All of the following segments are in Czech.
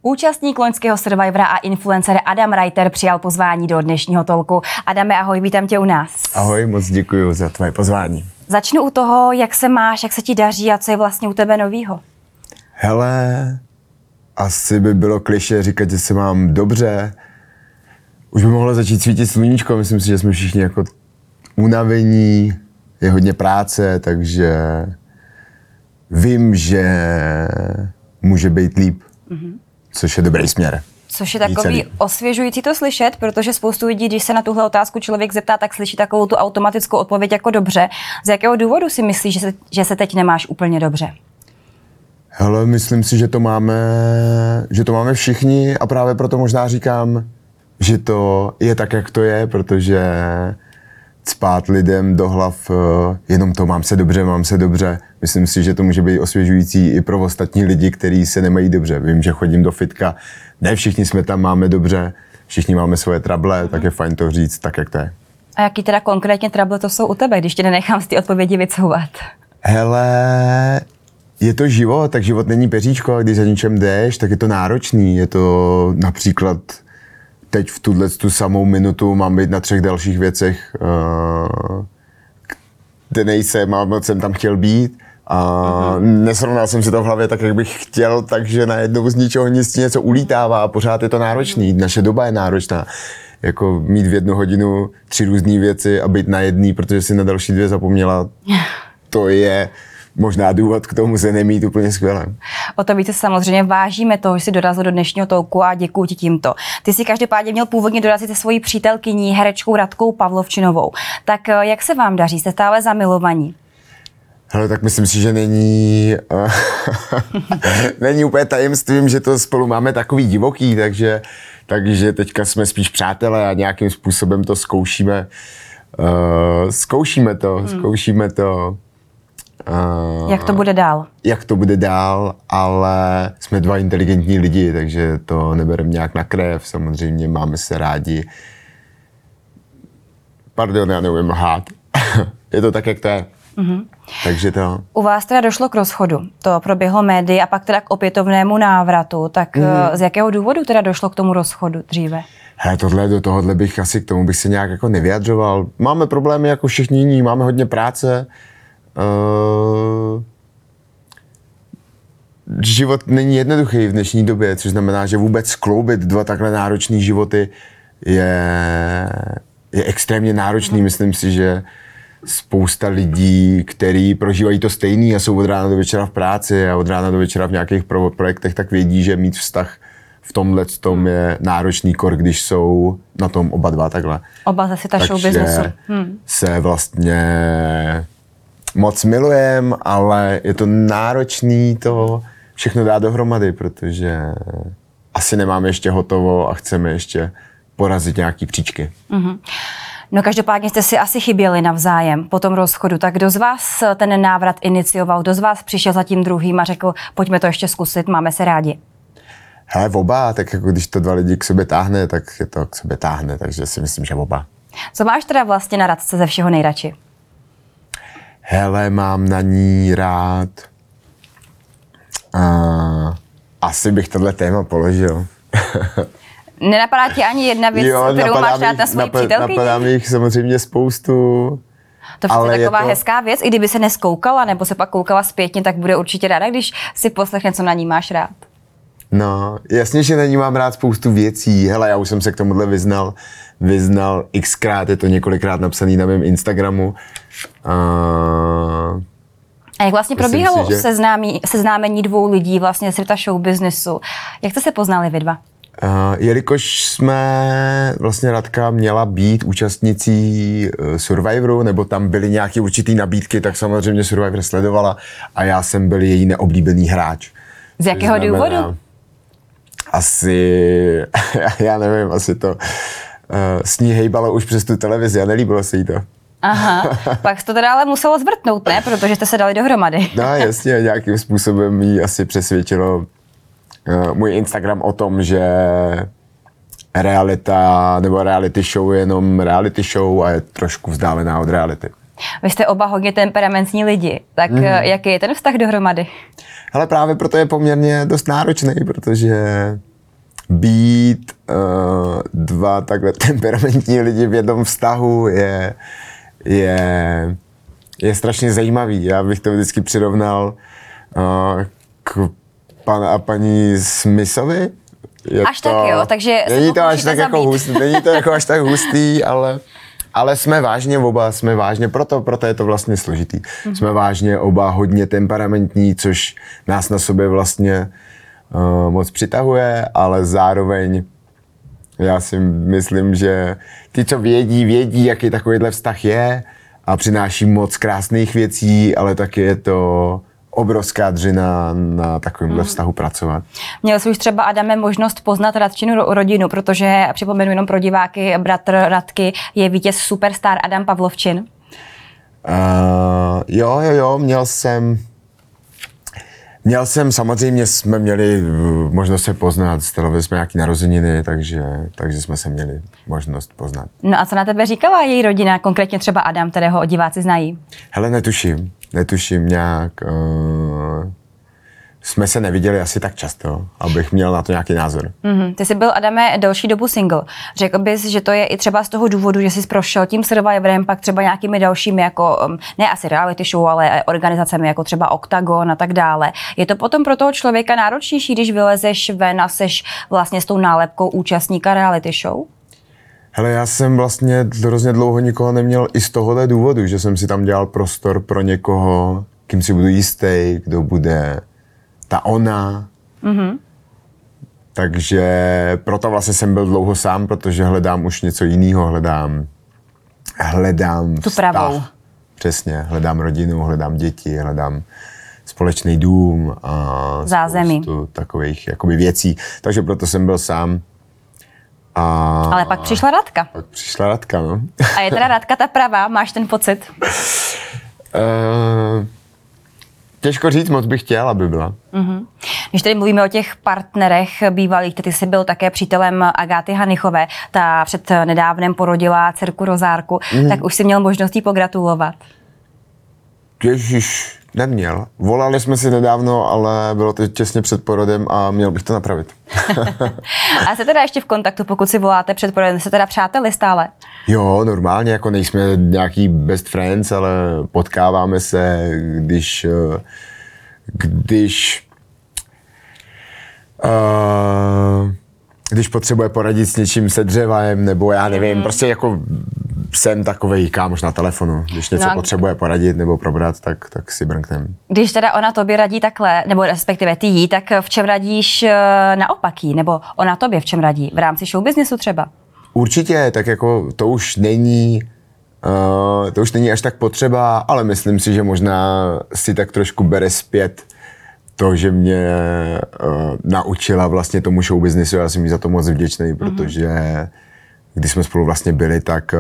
Účastník loňského Survivora a influencer Adam Reiter přijal pozvání do dnešního talku. Adame, ahoj, vítám tě u nás. Ahoj, moc děkuji za tvoje pozvání. Začnu u toho, jak se máš, jak se ti daří a co je vlastně u tebe novýho. Hele, asi by bylo klišé říkat, že se mám dobře. Už by mohlo začít svítit sluníčko, myslím si, že jsme všichni jako unavení, je hodně práce, takže vím, že může být líp, což je dobrý směr. Což je takový osvěžující to slyšet, protože spoustu lidí, když se na tuhle otázku člověk zeptá, tak slyší takovou tu automatickou odpověď jako dobře. Z jakého důvodu si myslíš, že se teď nemáš úplně dobře? Hele, myslím si, že to máme všichni a právě proto možná říkám, že to je tak, jak to je, protože cpát lidem do hlav jenom to mám se dobře. Myslím si, že to může být osvěžující i pro ostatní lidi, kteří se nemají dobře. Vím, že chodím do fitka, ne všichni jsme tam máme dobře, všichni máme svoje trable, tak je fajn to říct tak, jak to je. A jaký teda konkrétně trable to jsou u tebe, když tě nenechám z té odpovědi vycouvat? Hele, je to život, tak život není peříčko, a když za něčem jdeš, tak je to náročný. Je to například teď v tu samou minutu mám být na 3 dalších věcech, kde nejsem a moc jsem tam chtěl být. A nesrovnal jsem si to v hlavě tak, jak bych chtěl, takže najednou z ničeho nic něco ulítává a pořád je to náročný. Naše doba je náročná. Jako mít v 1 hodinu 3 různé věci a být na jedný, protože si na další 2 zapomněla, to je možná důvod k tomu se nemít úplně skvěle. O to více samozřejmě vážíme toho, že jsi dorazil do dnešního talku a děkuji ti tímto. Ty jsi každopádně měl původně dorazit se svojí přítelkyní, herečkou Radkou Pavlovčinovou. Tak jak se vám daří? Jste stále zamilovaní? Hele, tak myslím si, že není úplně tajemstvím, že to spolu máme takový divoký, takže teďka jsme spíš přátelé a nějakým způsobem to zkoušíme. Zkoušíme to. Jak to bude dál? Jak to bude dál, ale jsme 2 inteligentní lidi, takže to nebereme nějak na krev, samozřejmě máme se rádi. Pardon, já neumím lhát. Je to tak, jak to je. Takže to. U vás teda došlo k rozchodu, to proběhlo médii a pak teda k opětovnému návratu, tak z jakého důvodu teda došlo k tomu rozchodu dříve? Hele, do tohohle bych asi k tomu bych se nějak jako nevyjadřoval. Máme problémy jako všichni jiní, máme hodně práce. Život není jednoduchý v dnešní době, což znamená, že vůbec skloubit 2 takhle náročné životy je extrémně náročný. Myslím si, že spousta lidí, kteří prožívají to stejný a jsou od rána do večera v práci a od rána do večera v nějakých projektech, tak vědí, že mít vztah v tomhle tom je náročný kor, když jsou na tom oba 2 takhle. Oba zase ta show businessu. Se vlastně moc milujem, ale je to náročný to všechno dát dohromady, protože asi nemáme ještě hotovo a chceme ještě porazit nějaký příčky. No každopádně jste si asi chyběli navzájem po tom rozchodu, tak kdo z vás ten návrat inicioval, kdo z vás přišel za tím druhým a řekl, pojďme to ještě zkusit, máme se rádi? Hele, oba, tak jako když to 2 lidi k sobě táhne, tak je to k sobě táhne, takže si myslím, že oba. Co máš teda vlastně na Radce ze všeho nejradši? Hele, mám na ní rád. Asi bych tohle téma položil. Nenapadá ti ani jedna věc, kterou máš rád na svojí přítelkyni? Napadá mi jich samozřejmě spoustu. To je taková hezká věc, i kdyby se neskoukala, nebo se pak koukala zpětně, tak bude určitě ráda, když si poslechne, co na ní máš rád. No, jasně, že na ní mám rád spoustu věcí. Hele, já už jsem se k tomuhle vyznal xkrát, je to několikrát napsaný na mém Instagramu. A jak vlastně probíhalo seznámení 2 lidí vlastně ze světa show businessu? Jak jste se poznali vy 2? Jelikož jsme vlastně Radka měla být účastnicí Survivoru, nebo tam byly nějaké určitý nabídky, tak samozřejmě Survivor sledovala a já jsem byl její neoblíbený hráč. Z jakého důvodu? Asi, já nevím, asi to s ní hejbalo už přes tu televizi a nelíbilo se jí to. Aha, pak to teda ale muselo zvrtnout, ne? Protože jste se dali dohromady. No jasně, nějakým způsobem jí asi přesvědčilo můj Instagram o tom, že realita nebo reality show je jenom reality show a je trošku vzdálená od reality. Vy jste oba hodně temperamentní lidi, tak jaký je ten vztah dohromady? Hele, právě proto je poměrně dost náročný, protože být dva takhle temperamentní lidi v jednom vztahu je strašně zajímavý. Já bych to vždycky přirovnal k pana a paní Smithovi. Až tak jo, takže není to až tak jako hustý, není to jako až tak hustý, ale jsme vážně oba, proto je to vlastně složitý. Jsme vážně oba hodně temperamentní, což nás na sobě vlastně moc přitahuje, ale zároveň já si myslím, že ti, co vědí, jaký takovýhle vztah je a přináší moc krásných věcí, ale taky je to obrovská dřina na takovémhle vztahu pracovat. Měl jsi už třeba, Adame, možnost poznat Radčinu rodinu, protože připomenu jenom pro diváky, bratr Radky je vítěz Superstar Adam Pavlovčin. Jo, Měl jsem, samozřejmě jsme měli možnost se poznat, stalo jsme nějaký narozeniny, takže jsme se měli možnost poznat. No a co na tebe říkala její rodina, konkrétně třeba Adam, kterého diváci znají? Hele, netuším nějak. Jsme se neviděli asi tak často, abych měl na to nějaký názor. Ty jsi byl, Adame, delší dobu single. Řekl bys, že to je i třeba z toho důvodu, že jsi prošel tím Survivorem, pak třeba nějakými dalšími, jako ne asi reality show, ale organizacemi, jako třeba Octagon a tak dále. Je to potom pro toho člověka náročnější, když vylezeš ven a seš vlastně s tou nálepkou účastníka reality show? Hele, já jsem vlastně hrozně dlouho nikoho neměl i z tohohle důvodu, že jsem si tam dělal prostor pro někoho, kým si budu jistý, kdo bude ta ona. Takže proto vlastně jsem byl dlouho sám, protože hledám už něco jiného, hledám tu vztah. pravou. Přesně, hledám rodinu, hledám děti, hledám společný dům a zázemí. spoustu takových jakoby věcí. Takže proto jsem byl sám. Ale pak přišla Radka. No. A je teda Radka ta pravá, máš ten pocit? Těžko říct, moc bych chtěl, aby byla. Když tady mluvíme o těch partnerech bývalých, ty jsi byl také přítelem Agáty Hanychové, ta před nedávnem porodila dcerku Rozárku, tak už si měl možnost jí pogratulovat. Ježiš, neměl. Volali jsme si nedávno, ale bylo to těsně před porodem a měl bych to napravit. A jste teda ještě v kontaktu, pokud si voláte před porodem, jste teda přáteli stále? Jo, normálně, jako nejsme nějaký best friends, ale potkáváme se, když potřebuje poradit s něčím se dřevem, nebo já nevím, prostě jako jsem takovej kámoš na telefonu. Když něco potřebuje poradit nebo probrat, tak si brnknem. Když teda ona tobě radí takhle, nebo respektive ty jí, tak v čem radíš naopak jí, nebo ona tobě v čem radí? V rámci showbiznesu třeba? Určitě, tak jako to už není až tak potřeba, ale myslím si, že možná si tak trošku bere zpět to, že mě naučila vlastně tomu showbiznesu. Já jsem jí za to moc vděčný, protože když jsme spolu vlastně byli, tak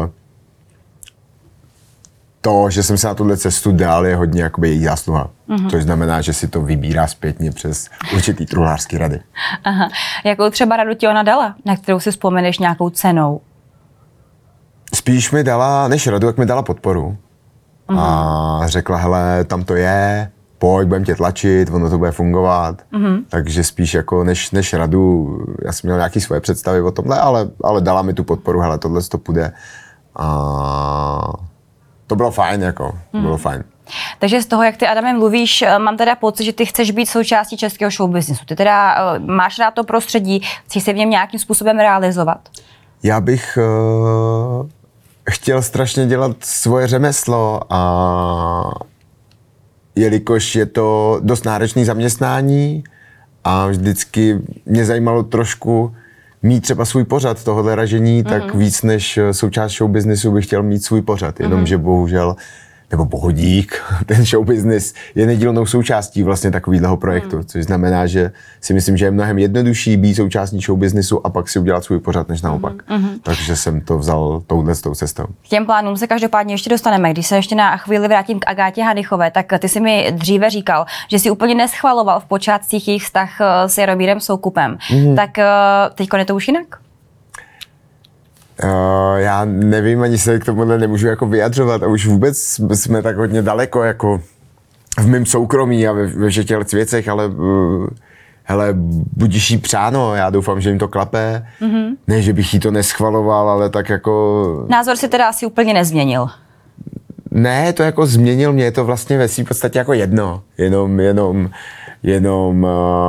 to, že jsem se na tuhle cestu dal, je hodně jakoby její zásluha. Což znamená, že si to vybírá zpětně přes určitý truhlářský rady. Aha. Jakou třeba radu ti ona dala, na kterou si vzpomeneš nějakou cenou? Spíš mi dala, než radu, jak mi dala podporu. A řekla, hele, tam to je, pojď, budem tě tlačit, ono to bude fungovat. Takže spíš jako než radu, já jsem měl nějaké svoje představy o tomhle, ale dala mi tu podporu, hele, tohle to půjde. A to bylo fajn, bylo fajn. Takže z toho, jak ty, Adame, mluvíš, mám teda pocit, že ty chceš být součástí českého showbiznesu. Ty teda máš rád to prostředí, chceš se v něm nějakým způsobem realizovat? Já bych chtěl strašně dělat svoje řemeslo a jelikož je to dost náročné zaměstnání a vždycky mě zajímalo trošku mít třeba svůj pořad tohohle ražení, tak víc než součást showbiznesu bych chtěl mít svůj pořad, jenomže bohužel, nebo bohodík, ten showbiznis je nedílnou součástí vlastně takového projektu, což znamená, že si myslím, že je mnohem jednodušší být součástí showbiznisu a pak si udělat svůj pořad než naopak. Takže jsem to vzal touhletou cestou. K těm plánům se každopádně ještě dostaneme. Když se ještě na chvíli vrátím k Agátě Hanychové, tak ty si mi dříve říkal, že si úplně neschvaloval v počátcích jejich vztah s Jaromírem Soukupem. Tak teďko je to už jinak? Já nevím, ani se k tomuhle nemůžu jako vyjadřovat a už vůbec jsme tak hodně daleko jako v mém soukromí a ve všech těch věcech, ale hele, budíš jí přáno, já doufám, že jim to klape. Ne, že bych jí to neschvaloval, ale tak jako... Názor si teda asi úplně nezměnil. Ne, to jako změnil mě, je to vlastně ve svým podstatě jako jedno. Jenom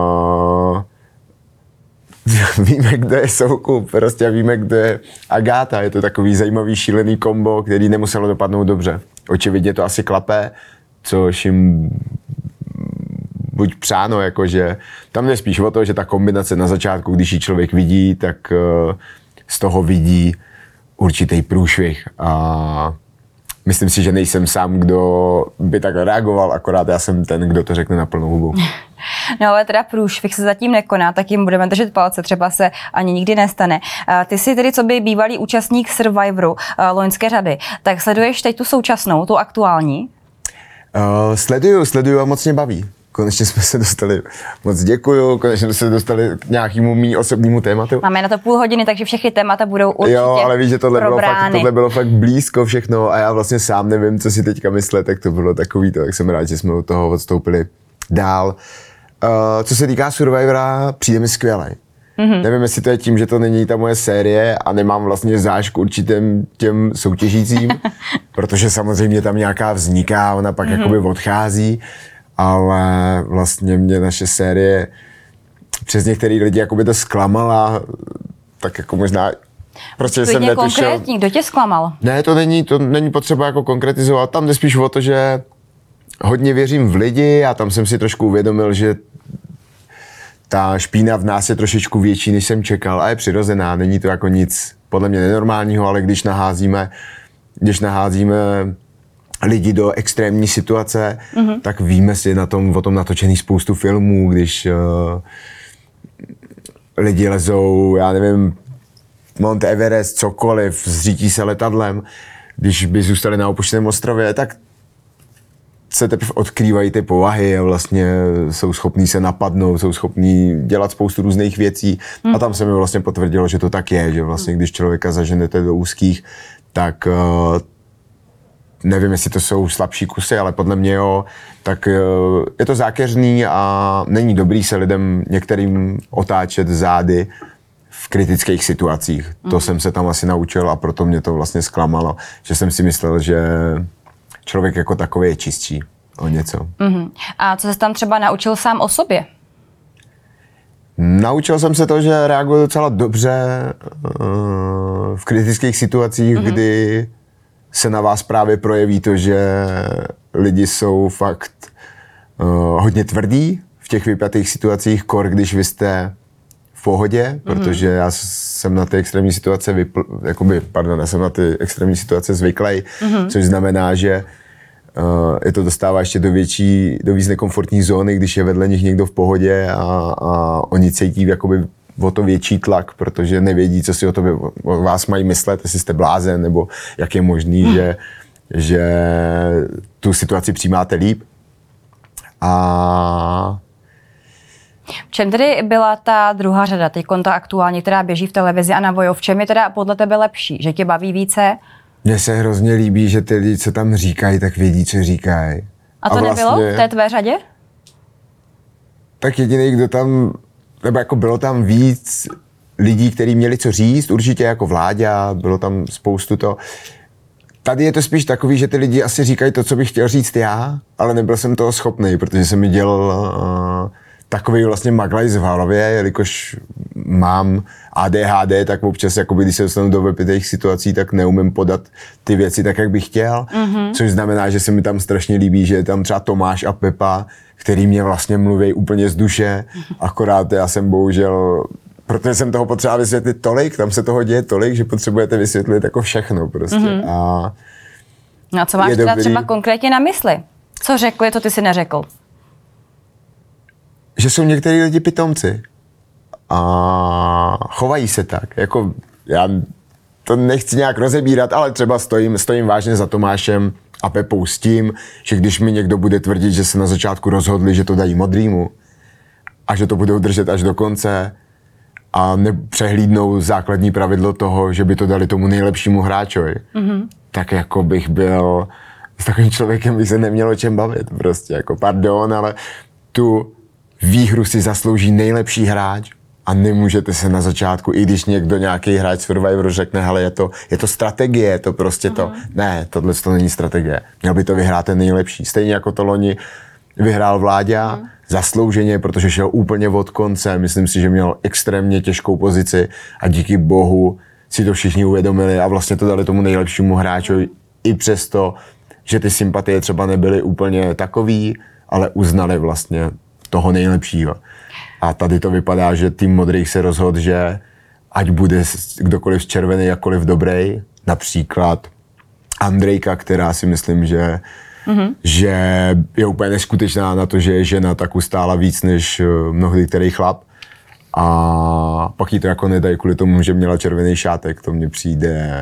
víme, kdo je Soukup, prostě víme, kdo je Agáta. Je to takový zajímavý, šílený kombo, který nemuselo dopadnout dobře. Očividně to asi klape, což jim buď přáno, jakože tam jde spíš o to, že ta kombinace na začátku, když ji člověk vidí, tak z toho vidí určitý průšvih. A myslím si, že nejsem sám, kdo by tak reagoval, akorát já jsem ten, kdo to řekne na plnou hubu. No ale teda průšvih se zatím nekoná, tak jim budeme držet palce, třeba se ani nikdy nestane. Ty jsi tedy, co by bývalý účastník Survivoru loňské řady, tak sleduješ teď tu současnou, tu aktuální? Sleduju a moc mě baví. Konečně jsme se dostali, moc děkuju, konečně jsme se dostali k nějakému mý osobnímu tématu. Máme na to půl hodiny, takže všechny témata budou určitě Jo, ale víš, že tohle bylo fakt blízko všechno a já vlastně sám nevím, co si teďka myslet, tak to bylo takový to, tak jsem rád, že jsme od toho odstoupili dál. Co se týká Survivora, přijde mi skvělej. Nevím, jestli to je tím, že to není ta moje série a nemám vlastně zášť k určitým těm soutěžícím, protože samozřejmě tam nějaká vzniká, ona pak jakoby odchází, ale vlastně mě naše série přes některý lidi jakoby to zklamala, tak jako možná prostě jsem netušil. Konkrétní, kdo tě zklamal? Ne, to není potřeba jako konkretizovat, tam jde spíš o to, že hodně věřím v lidi a tam jsem si trošku uvědomil, že ta špína v nás je trošičku větší, než jsem čekal a je přirozená, není to jako nic podle mě nenormálního, ale když naházíme lidi do extrémní situace, tak víme si o tom natočený spoustu filmů, když lidi lezou, já nevím, Mount Everest, cokoliv, zřítí se letadlem, když by zůstali na opuštěném ostrově, tak se teprve odkrývají ty povahy a vlastně jsou schopní se napadnout, jsou schopní dělat spoustu různých věcí a tam se mi vlastně potvrdilo, že to tak je, že vlastně když člověka zaženete do úzkých, tak nevím, jestli to jsou slabší kusy, ale podle mě jo, tak je to zákeřný a není dobrý se lidem některým otáčet zády v kritických situacích. To jsem se tam asi naučil a proto mě to vlastně zklamalo, že jsem si myslel, že člověk jako takový je čistší o něco. A co jsi tam třeba naučil sám o sobě? Naučil jsem se to, že reaguju docela dobře v kritických situacích, kdy se na vás právě projeví to, že lidi jsou fakt hodně tvrdí v těch vypjatých situacích, když vy jste v pohodě, protože já jsem na ty extrémní situace já jsem na ty extrémní situace zvyklý, což znamená, že je to dostává ještě do víc nekomfortní zóny, když je vedle nich někdo v pohodě a oni cítí jakoby o to větší tlak, protože nevědí, co si o vás mají myslet, jestli jste blázen, nebo jak je možný, že tu situaci přijímáte líp. A v čem tedy byla ta druhá řada, teď ta aktuální, která běží v televizi a na Vojo, v čem je teda podle tebe lepší? Že tě baví více? Mně se hrozně líbí, že ty lidi, co tam říkají, tak vědí, co říkají. A to nebylo v té tvé řadě? Tak jediný, kdo tam, nebo jako bylo tam víc lidí, kteří měli co říct, určitě jako Vláďa, bylo tam spoustu to. Tady je to spíš takový, že ty lidi asi říkají to, co bych chtěl říct já, ale nebyl jsem toho schopný, protože jsem mi dělal takový vlastně maglajs v hlavě, jelikož mám ADHD, tak občas, jakoby, když se dostanu do vypitých situací, tak neumím podat ty věci tak, jak bych chtěl, což znamená, že se mi tam strašně líbí, že je tam třeba Tomáš a Pepa, který mě vlastně mluví úplně z duše, akorát já jsem bohužel, protože jsem toho potřeboval vysvětlit tolik, tam se toho děje tolik, že potřebujete vysvětlit jako všechno prostě. A no co máš teda třeba konkrétně na mysli? Co řekli, to ty si neřekl? Že jsou některý lidi pitomci a chovají se tak. Jako já to nechci nějak rozebírat, ale třeba stojím vážně za Tomášem a Pepou s tím, že když mi někdo bude tvrdit, že se na začátku rozhodli, že to dají modrýmu a že to budou držet až do konce a nepřehlídnou základní pravidlo toho, že by to dali tomu nejlepšímu hráčovi, tak jako bych byl s takovým člověkem, bych se neměl o čem bavit prostě, jako pardon, ale tu výhru si zaslouží nejlepší hráč a nemůžete se na začátku, i když někdo nějaký hráč Survivor řekne, hele, je to strategie, je to prostě to. Ne, tohle to není strategie. Měl by to vyhrát ten nejlepší. Stejně jako to loni vyhrál Vláďa, zaslouženě, protože šel úplně od konce. Myslím si, že měl extrémně těžkou pozici a díky bohu si to všichni uvědomili a vlastně to dali tomu nejlepšímu hráčovi i přesto, že ty sympatie třeba nebyly úplně takový, ale uznali vlastně toho nejlepšího. A tady to vypadá, že tým modrých se rozhodl, že ať bude kdokoliv červený, jakkoliv dobrý, například Andrejka, která si myslím, že je úplně neskutečná na to, že je žena, tak ustála víc než mnohdy který chlap. A pak jí to jako nedají kvůli tomu, že měla červený šátek. To mně přijde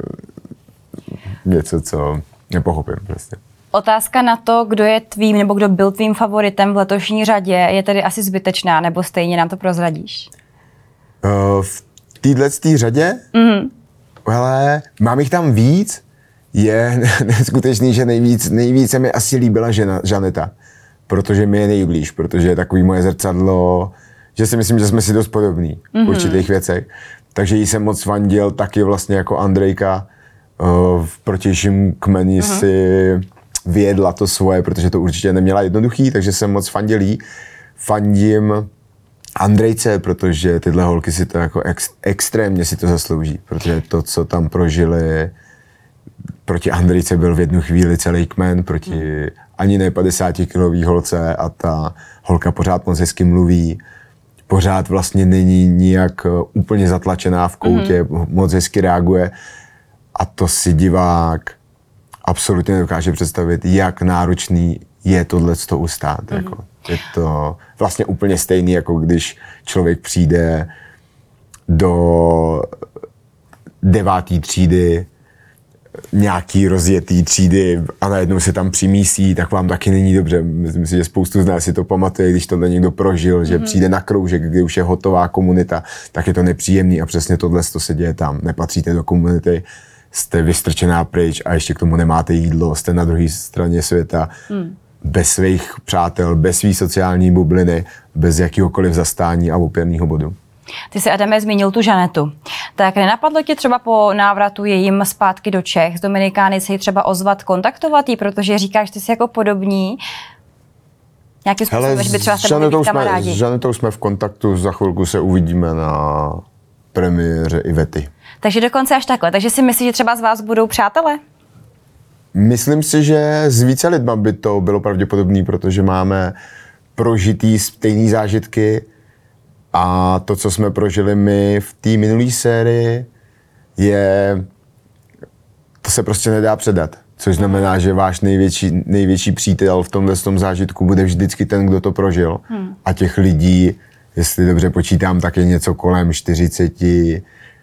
něco, co nepochopím prostě. Otázka na to, kdo je tvým nebo kdo byl tvým favoritem v letošní řadě, je tedy asi zbytečná, nebo stejně nám to prozradíš? V této řadě? Hele, mám jich tam víc. Je neskutečný, že nejvíc se mi asi líbila Žaneta, protože mi je nejblíž, protože je takový moje zrcadlo, že si myslím, že jsme si dost podobní v určitých věcech. Takže jí jsem moc fandil, taky vlastně jako Andrejka v protějším kmeni si vyjedla to svoje, protože to určitě neměla jednoduchý, takže jsem moc fandil jí. Fandím Andrejce, protože tyhle holky si to jako extrémně si to zaslouží, protože to, co tam prožili, proti Andrejce byl v jednu chvíli celý kmen, proti ani ne 50-kilový holce a ta holka pořád moc hezky mluví, pořád vlastně není nijak úplně zatlačená v koutě, moc hezky reaguje a to si divák absolutně nedokáže představit, jak náročný je tohleto ustát. Jako. Je to vlastně úplně stejný, jako když člověk přijde do 9. třídy, nějaký rozjetý třídy a najednou se tam přimísí, tak vám taky není dobře. Myslím si, že spoustu z nás si to pamatuje, když tohle někdo prožil, že přijde na kroužek, kde už je hotová komunita, tak je to nepříjemný a přesně tohle se děje tam. Nepatříte do komunity, jste vystrčená pryč a ještě k tomu nemáte jídlo, jste na druhé straně světa, bez svých přátel, bez své sociální bubliny, bez jakýhokoliv zastání a opěrného bodu. Ty jsi, Adame, zmínil tu Žanetu. Tak nenapadlo tě třeba po návratu jejím zpátky do Čech z Dominikány se jí třeba ozvat, kontaktovat jí, protože říkáš, že ty jsi jako podobní. Nějakým způsobem, že by třeba s tebou být kamarádi. S Žanetou jsme v kontaktu, za chvilku se uvidíme na premiéře Ivety. Takže dokonce až takhle. Takže si myslíš, že třeba z vás budou přátelé? Myslím si, že s více lidma by to bylo pravděpodobné, protože máme prožitý stejný zážitky a to, co jsme prožili my v té minulé sérii, to se prostě nedá předat. Což znamená, že váš největší přítel v tomhle zážitku bude vždycky ten, kdo to prožil. A těch lidí, jestli dobře počítám, tak je něco kolem 44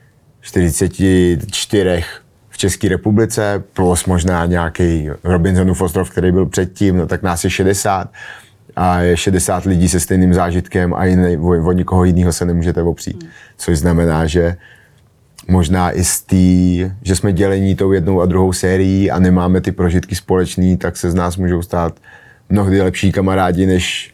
v České republice, plus možná nějaký Robinsonův ostrov, který byl předtím, no tak nás je 60 a je 60 lidí se stejným zážitkem a o nikoho jiného se nemůžete opřít. Což znamená, že možná i že jsme dělení tou jednou a druhou sérií a nemáme ty prožitky společný, tak se z nás můžou stát mnohdy lepší kamarádi, než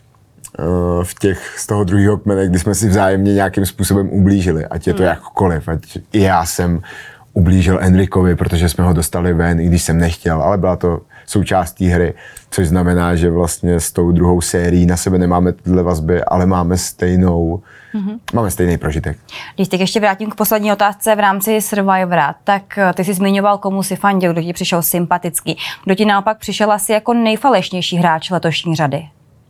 z toho druhého kmene, kdy jsme si vzájemně nějakým způsobem ublížili, ať je to jakkoliv, ať i já jsem ublížil Enrikovi, protože jsme ho dostali ven, i když jsem nechtěl, ale byla to součástí hry, což znamená, že vlastně s tou druhou sérií na sebe nemáme tyhle vazby, ale máme stejný prožitek. Když teď ještě vrátím k poslední otázce v rámci Survivora, tak ty jsi zmiňoval, komu si fandil, kdo ti přišel sympatický, kdo ti naopak přišel asi jako nejfalešnější hráč letošní řady?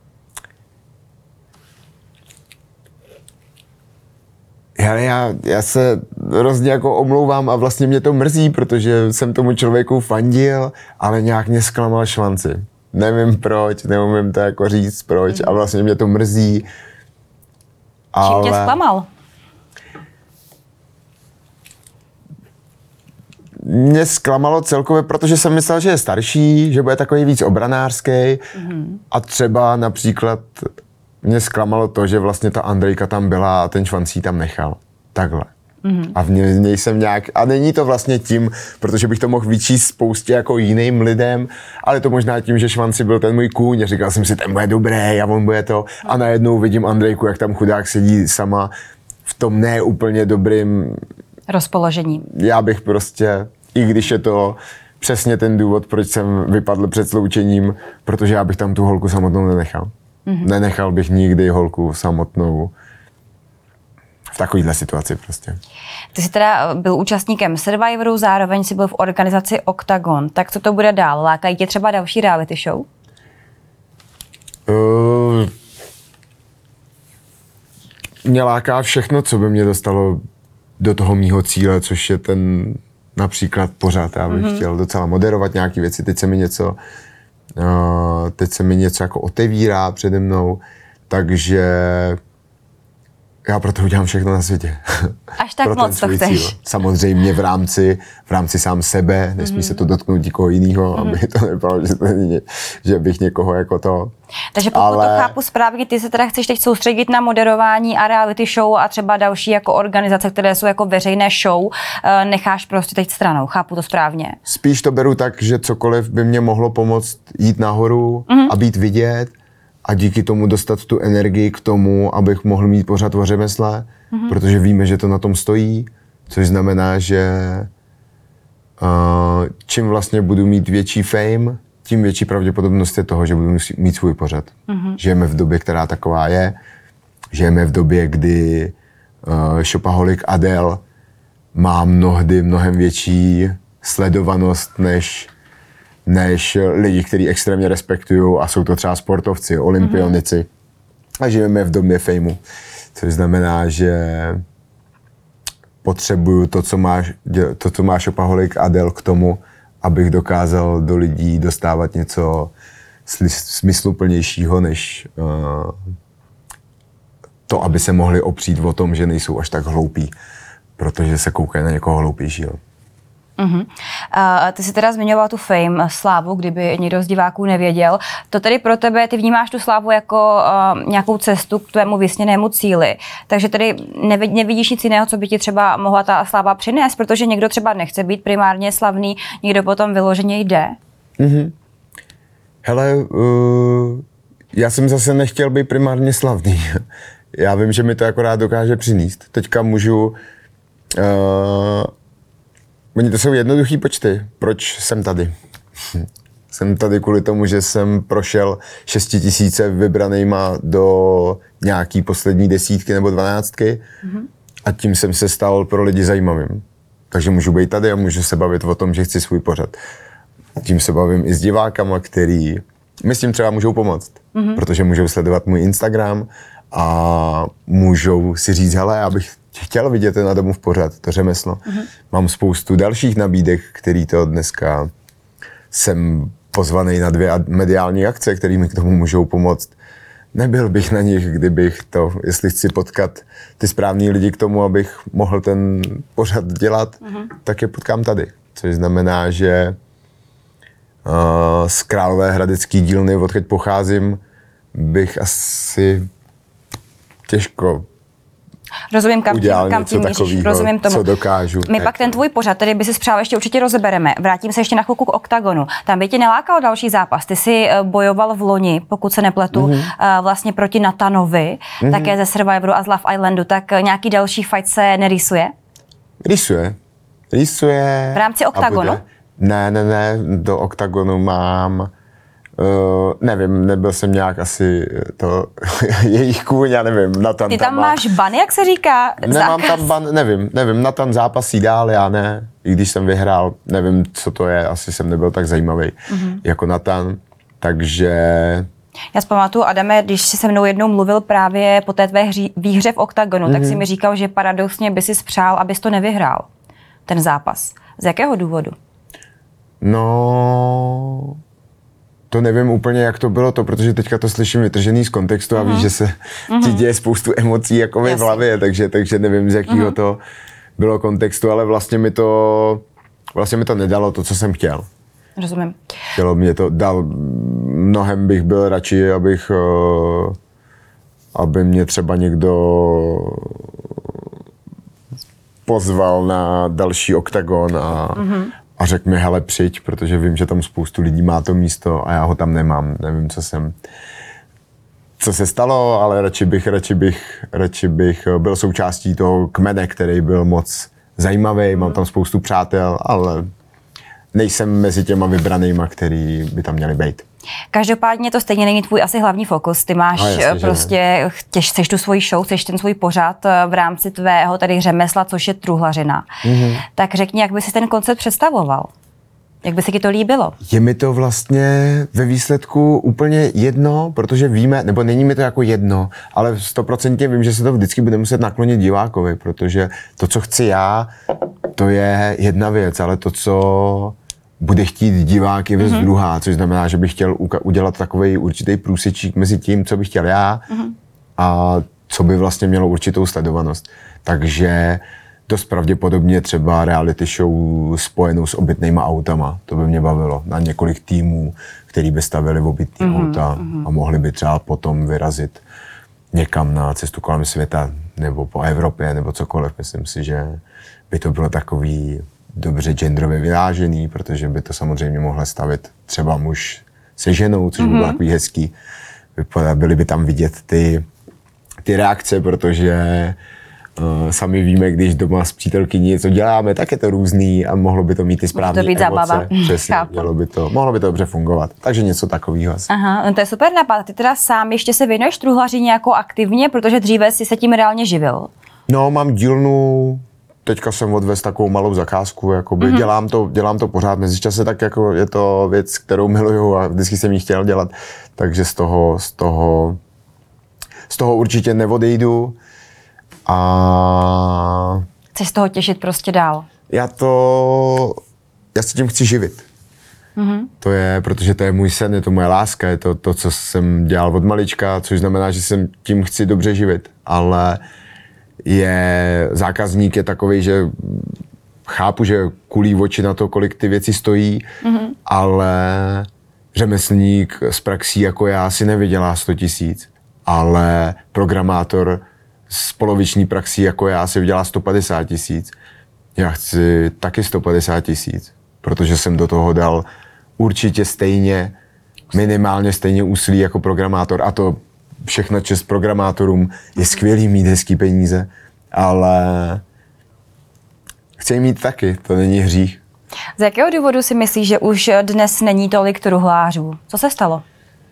Hele, já se hrozně jako omlouvám a vlastně mě to mrzí, protože jsem tomu člověku fandil, ale nějak mě zklamal švanci. Nevím proč, neumím to jako říct proč a vlastně mě to mrzí. Čím tě zklamal? Mě zklamalo celkově, protože jsem myslel, že je starší, že bude takový víc obranářský a třeba například mě zklamalo to, že vlastně ta Andrejka tam byla a ten švancí tam nechal. Takhle. A v něj jsem nějak, a není to vlastně tím, protože bych to mohl vyčíst spoustě jako jiným lidem, ale to možná tím, že Švanci byl ten můj kůň a říkal jsem si, ten bude dobrý a on bude to. A najednou vidím Andrejku, jak tam chudák sedí sama v tom ne úplně dobrým rozpoložení. Já bych prostě, i když je to přesně ten důvod, proč jsem vypadl před sloučením, protože já bych tam tu holku samotnou nenechal. Nenechal bych nikdy holku samotnou v takovéhle situaci prostě. Ty jsi teda byl účastníkem Survivoru, zároveň si byl v organizaci Octagon. Tak co to bude dál? Lákají tě třeba další reality show? Mě láká všechno, co by mě dostalo do toho mýho cíle, což je ten například pořád. Já bych chtěl docela moderovat nějaké věci. Teď se mi něco jako otevírá přede mnou, takže já proto udělám všechno na světě. Až tak moc to chceš. Cíl. Samozřejmě v rámci sám sebe, nesmí se to dotknout nikoho jiného, aby to nebylo, že bych někoho jako to... Takže pokud to chápu správně, ty se teda chceš teď soustředit na moderování a reality show a třeba další jako organizace, které jsou jako veřejné show, necháš prostě teď stranou. Chápu to správně? Spíš to beru tak, že cokoliv by mě mohlo pomoct jít nahoru a být vidět, a díky tomu dostat tu energii k tomu, abych mohl mít pořád o řemesle, protože víme, že to na tom stojí, což znamená, že čím vlastně budu mít větší fame, tím větší pravděpodobnost je toho, že budu mít svůj pořad. Žijeme v době, která taková je. Žijeme v době, kdy shopaholic Adele má mnohem větší sledovanost než lidi, kteří extrémně respektují a jsou to třeba sportovci, olympionici. A žijeme v době fejmu, což znamená, že potřebuju to, co má shopaholic Adele k tomu, abych dokázal do lidí dostávat něco smysluplnějšího, než to, aby se mohli opřít o tom, že nejsou až tak hloupí, protože se koukají na někoho hloupějšího. Ty jsi teda zmiňoval tu fame, slávu, kdyby někdo z diváků nevěděl. To tedy pro tebe, ty vnímáš tu slávu jako nějakou cestu k tvému vysněnému cíli. Takže tedy nevidíš nic jiného, co by ti třeba mohla ta sláva přinést, protože někdo třeba nechce být primárně slavný, někdo potom vyloženě jde. Hele, já jsem zase nechtěl být primárně slavný. Já vím, že mi to akorát dokáže přinést. Teďka můžu... Oni to jsou jednoduchý počty. Proč jsem tady? Jsem tady kvůli tomu, že jsem prošel 6 000 vybranýma do nějaký poslední 10 nebo 12 a tím jsem se stal pro lidi zajímavým. Takže můžu být tady a můžu se bavit o tom, že chci svůj pořad. Tím se bavím i s divákama, který mi s tím třeba můžou pomoct, protože můžou sledovat můj Instagram a můžou si říct, hele, já bych chtěl vidět ten Adamův pořad, to řemeslo. Mám spoustu dalších nabídek, který to dneska jsem pozvaný na 2 mediální akce, které mi k tomu můžou pomoct. Nebyl bych na nich, kdybych to, jestli chci potkat ty správný lidi k tomu, abych mohl ten pořad dělat, tak je potkám tady. Což znamená, že z Královéhradecký dílny, odkud pocházím, bych asi těžko rozumím, kam tím míříš, rozumím tomu. Co dokážu. My pak ten tvůj pořad, který by si přál, ještě určitě rozebereme. Vrátím se ještě na chvilku k Octagonu. Tam by tě nelákal další zápas. Ty jsi bojoval v loni, pokud se nepletu, vlastně proti Nathanovi, také ze Survivoru a z Love Islandu. Tak nějaký další fight se nerýsuje? Rýsuje. V rámci Octagonu? Ne, do Octagonu mám... nevím, nebyl jsem nějak asi to jejich kůň, já nevím, Nathan. Ty tam máš ban, jak se říká? Nemám tam ban, nevím, Nathan zápasí dál, já ne, i když jsem vyhrál, nevím, co to je, asi jsem nebyl tak zajímavý jako Nathan, takže... Já si pamatuju, Adame, když jsi se mnou jednou mluvil právě po té tvé výhře v Octagonu, tak si mi říkal, že paradoxně by si spřál, abys to nevyhrál, ten zápas. Z jakého důvodu? No... To nevím úplně, jak to bylo to, protože teďka to slyším vytržený z kontextu a víš, že se ti děje spoustu emocí jako v hlavě, takže nevím, z jakého to bylo kontextu, ale vlastně mi to nedalo to, co jsem chtěl. Rozumím. Chtělo mě to, mnohem bych byl radši, aby mě třeba někdo pozval na další oktagon a řekl mi, hele, přijď, protože vím, že tam spoustu lidí má to místo a já ho tam nemám. Nevím, co se stalo, ale radši bych byl součástí toho kmene, který byl moc zajímavý, mám tam spoustu přátel, ale nejsem mezi těma vybranýma, který by tam měli být. Každopádně to stejně není tvůj asi hlavní fokus. Ty máš chceš tu svoji show, chceš ten svůj pořad v rámci tvého tady řemesla, což je truhlařina. Tak řekni, jak by si ten koncept představoval? Jak by se ti to líbilo? Je mi to vlastně ve výsledku úplně jedno, protože víme, nebo není mi to jako jedno, ale 100% vím, že se to vždycky bude muset naklonit divákovi, protože to, co chci já, to je jedna věc, ale to, co bude chtít divák, je věc druhá, což znamená, že bych chtěl udělat takový určitý průsečík mezi tím, co bych chtěl já a co by vlastně mělo určitou sledovanost. Takže dost pravděpodobně třeba reality show spojenou s obytnýma autama. To by mě bavilo. Na několik týmů, který by stavili obytný auta a mohli by třeba potom vyrazit někam na cestu kolem světa nebo po Evropě nebo cokoliv. Myslím si, že by to bylo takový dobře genderově vyvážený, protože by to samozřejmě mohla stavit třeba muž se ženou, což by bylo takový hezký. Byly by tam vidět ty reakce, protože sami víme, když doma s přítelkyní něco děláme, tak je to různý a mohlo by to mít ty správné emoce. Zábava. Přesně, mohlo by to dobře fungovat. Takže něco takového. Aha, no to je super nápad. Ty teda sám ještě se věnuješ truhlařině jako aktivně, protože dříve jsi se tím reálně živil. No, mám dílnu, teďka jsem odvez takovou malou zakázku, jakoby dělám to pořád mezičase, tak jako je to věc, kterou miluju a vždycky jsem ji chtěl dělat, takže z toho určitě neodejdu. A chceš z toho těšit prostě dál? Já se tím chci živit. To je, protože to je můj sen, je to moje láska, je to, co jsem dělal od malička, což znamená, že jsem tím chci dobře živit. Ale zákazník je takovej, že chápu, že kulí oči na to, kolik ty věci stojí, ale řemeslník s praxí jako já si nevydělá 100 000, ale programátor s poloviční praxí jako já si vydělá 150 000. Já chci taky 150 000, protože jsem do toho dal určitě minimálně stejně úsilí jako programátor. A to všechna čest programátorům, je skvělý mít hezký peníze, ale chci je mít taky, to není hřích. Z jakého důvodu si myslíš, že už dnes není tolik truhlářů? Co se stalo?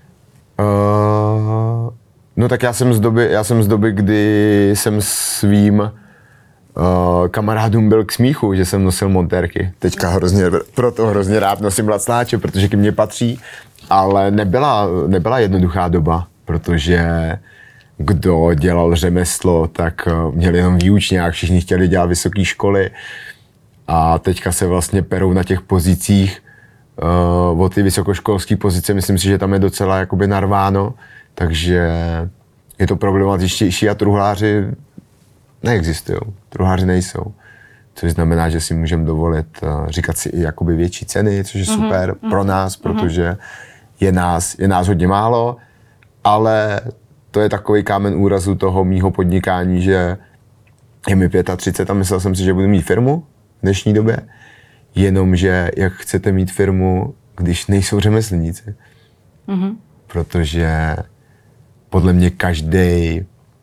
No tak já jsem z doby, kdy jsem svým kamarádům byl k smíchu, že jsem nosil montérky. Teďka proto hrozně rád nosím lacnáče, protože k mně patří, ale nebyla jednoduchá doba, protože kdo dělal řemeslo, tak měl jenom výučňák, všichni chtěli dělat vysoké školy a teďka se vlastně perou na těch pozicích o ty vysokoškolské pozice, myslím si, že tam je docela jakoby narváno, takže je to problematičtější a truhláři neexistují, truhláři nejsou. Což znamená, že si můžeme dovolit říkat si i jakoby větší ceny, což je super pro nás, protože je nás hodně málo, ale to je takový kámen úrazu toho mýho podnikání, že je mi 35 a myslel jsem si, že budu mít firmu v dnešní době, jenomže jak chcete mít firmu, když nejsou řemeslníci. Protože podle mě každý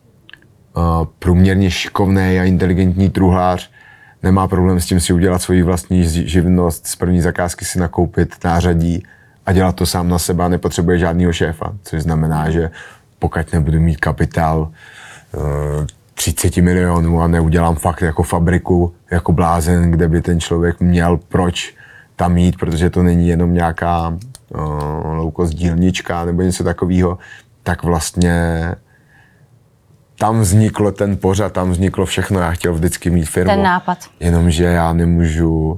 průměrně šikovný a inteligentní truhlář nemá problém s tím si udělat svoji vlastní živnost, z první zakázky si nakoupit nářadí a dělat to sám na sebe a nepotřebuje žádného šéfa. Což znamená, že pokud nebudu mít kapitál 30 milionů a neudělám fakt jako fabriku, jako blázen, kde by ten člověk měl proč tam jít, protože to není jenom nějaká low-cost dílnička nebo něco takového, tak vlastně tam vzniklo ten pořad, tam vzniklo všechno, já chtěl vždycky mít firmu. Ten nápad. Jenomže já nemůžu,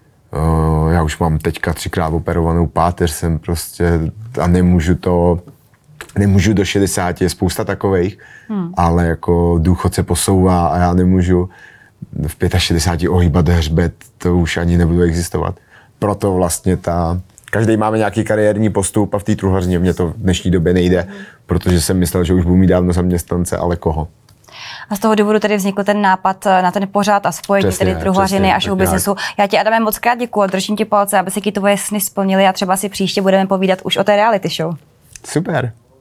já už mám teďka 3krát operovanou páteř, jsem prostě a nemůžu do 60, je spousta takovejch, ale jako důchod se posouvá a já nemůžu v 65 ohýbat hřbet, to už ani nebudu existovat. Proto vlastně každý máme nějaký kariérní postup a v té truhlařině mě to v dnešní době nejde, protože jsem myslel, že už budu mít dávno zaměstnance, ale koho? A z toho důvodu tedy vznikl ten nápad na ten pořad a spojení tedy truhlařiny a show businessu. Já ti, Adame, moc krát děkuju, držím ti palce, aby se ti tvoje sny splnily a třeba si příště budeme povídat už o té reality show. Super.